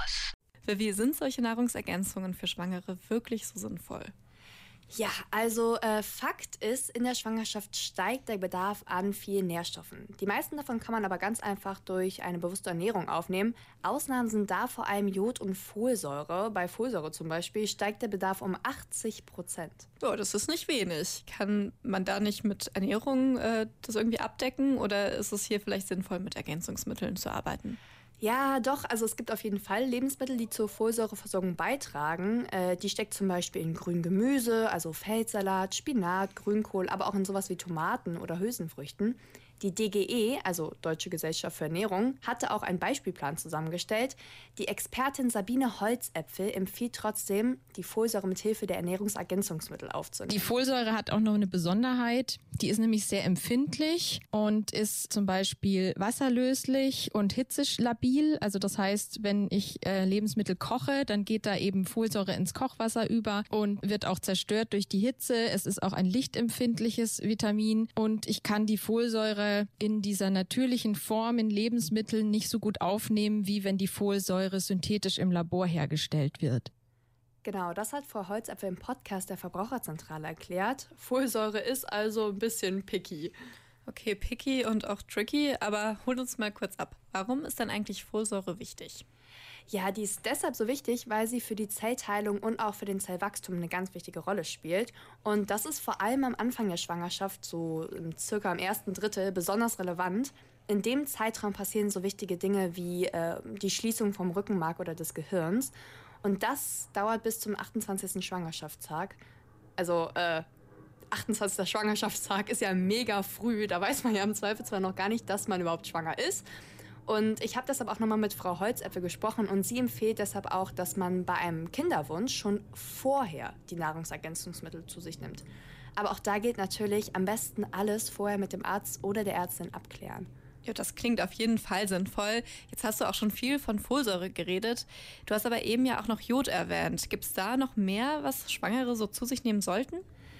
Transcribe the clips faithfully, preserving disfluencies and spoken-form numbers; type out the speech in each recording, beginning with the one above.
Campus. Wie sind solche Nahrungsergänzungen für Schwangere wirklich so sinnvoll? Ja, also äh, Fakt ist, in der Schwangerschaft steigt der Bedarf an vielen Nährstoffen. Die meisten davon kann man aber ganz einfach durch eine bewusste Ernährung aufnehmen. Ausnahmen sind da vor allem Jod und Folsäure. Bei Folsäure zum Beispiel steigt der Bedarf um achtzig Prozent. Ja, das ist nicht wenig. Kann man da nicht mit Ernährung äh, das irgendwie abdecken oder ist es hier vielleicht sinnvoll, mit Ergänzungsmitteln zu arbeiten? Ja, doch. Also es gibt auf jeden Fall Lebensmittel, die zur Folsäureversorgung beitragen. Äh, die steckt zum Beispiel in grünem Gemüse, also Feldsalat, Spinat, Grünkohl, aber auch in sowas wie Tomaten oder Hülsenfrüchten. Die D G E, also Deutsche Gesellschaft für Ernährung, hatte auch einen Beispielplan zusammengestellt. Die Expertin Sabine Holzäpfel empfiehlt trotzdem, die Folsäure mit Hilfe der Ernährungsergänzungsmittel aufzunehmen. Die Folsäure hat auch noch eine Besonderheit. Die ist nämlich sehr empfindlich und ist zum Beispiel wasserlöslich und hitzelabil. Also das heißt, wenn ich äh, Lebensmittel koche, dann geht da eben Folsäure ins Kochwasser über und wird auch zerstört durch die Hitze. Es ist auch ein lichtempfindliches Vitamin und ich kann die Folsäure in dieser natürlichen Form in Lebensmitteln nicht so gut aufnehmen, wie wenn die Folsäure synthetisch im Labor hergestellt wird. Genau, das hat Frau Holzapfel im Podcast der Verbraucherzentrale erklärt. Folsäure ist also ein bisschen picky. Okay, picky und auch tricky, aber hol uns mal kurz ab. Warum ist denn eigentlich Folsäure wichtig? Ja, die ist deshalb so wichtig, weil sie für die Zellteilung und auch für den Zellwachstum eine ganz wichtige Rolle spielt. Und das ist vor allem am Anfang der Schwangerschaft, so circa im ersten Drittel, besonders relevant. In dem Zeitraum passieren so wichtige Dinge wie äh, die Schließung vom Rückenmark oder des Gehirns. Und das dauert bis zum achtundzwanzigsten Schwangerschaftstag. Also, äh, achtundzwanzigster Schwangerschaftstag ist ja mega früh. Da weiß man ja im Zweifel zwar noch gar nicht, dass man überhaupt schwanger ist. Und ich habe deshalb auch nochmal mit Frau Holzäpfel gesprochen und sie empfiehlt deshalb auch, dass man bei einem Kinderwunsch schon vorher die Nahrungsergänzungsmittel zu sich nimmt. Aber auch da gilt natürlich, am besten alles vorher mit dem Arzt oder der Ärztin abklären. Ja, das klingt auf jeden Fall sinnvoll. Jetzt hast du auch schon viel von Folsäure geredet. Du hast aber eben ja auch noch Jod erwähnt. Gibt es da noch mehr, was Schwangere so zu sich nehmen sollten?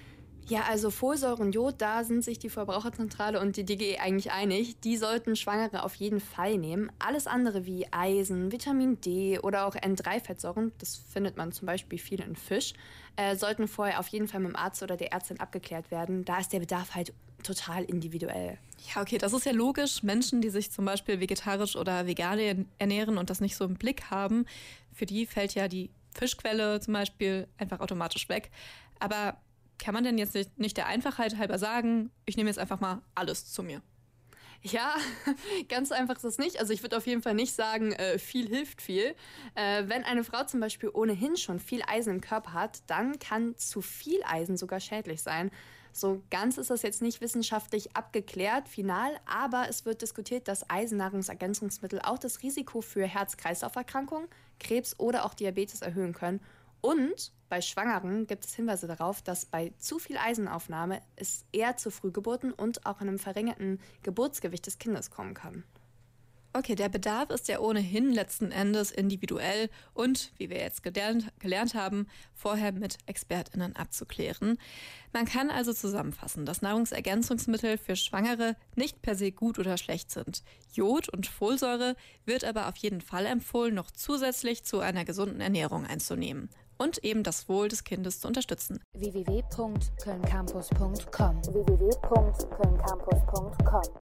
Ja, also Folsäure und Jod, da sind sich die Verbraucherzentrale und die D G E eigentlich einig. Die sollten Schwangere auf jeden Fall nehmen. Alles andere wie Eisen, Vitamin D oder auch N drei Fettsäuren, das findet man zum Beispiel viel in Fisch, äh, sollten vorher auf jeden Fall mit dem Arzt oder der Ärztin abgeklärt werden. Da ist der Bedarf halt total individuell. Ja, okay, das ist ja logisch. Menschen, die sich zum Beispiel vegetarisch oder vegan ernähren und das nicht so im Blick haben, für die fällt ja die Fischquelle zum Beispiel einfach automatisch weg. Aber kann man denn jetzt nicht, nicht der Einfachheit halber sagen, ich nehme jetzt einfach mal alles zu mir? Ja, ganz einfach ist es nicht. Also ich würde auf jeden Fall nicht sagen, äh, viel hilft viel. Äh, wenn eine Frau zum Beispiel ohnehin schon viel Eisen im Körper hat, dann kann zu viel Eisen sogar schädlich sein. So ganz ist das jetzt nicht wissenschaftlich abgeklärt, final, aber es wird diskutiert, dass Eisennahrungsergänzungsmittel auch das Risiko für Herz-Kreislauf-Erkrankungen, Krebs oder auch Diabetes erhöhen können. Und bei Schwangeren gibt es Hinweise darauf, dass bei zu viel Eisenaufnahme es eher zu Frühgeburten und auch einem verringerten Geburtsgewicht des Kindes kommen kann. Okay, der Bedarf ist ja ohnehin letzten Endes individuell und, wie wir jetzt gelernt, gelernt haben, vorher mit ExpertInnen abzuklären. Man kann also zusammenfassen, dass Nahrungsergänzungsmittel für Schwangere nicht per se gut oder schlecht sind. Jod und Folsäure wird aber auf jeden Fall empfohlen, noch zusätzlich zu einer gesunden Ernährung einzunehmen und eben das Wohl des Kindes zu unterstützen. w w w punkt köln campus punkt com w w w punkt köln campus punkt com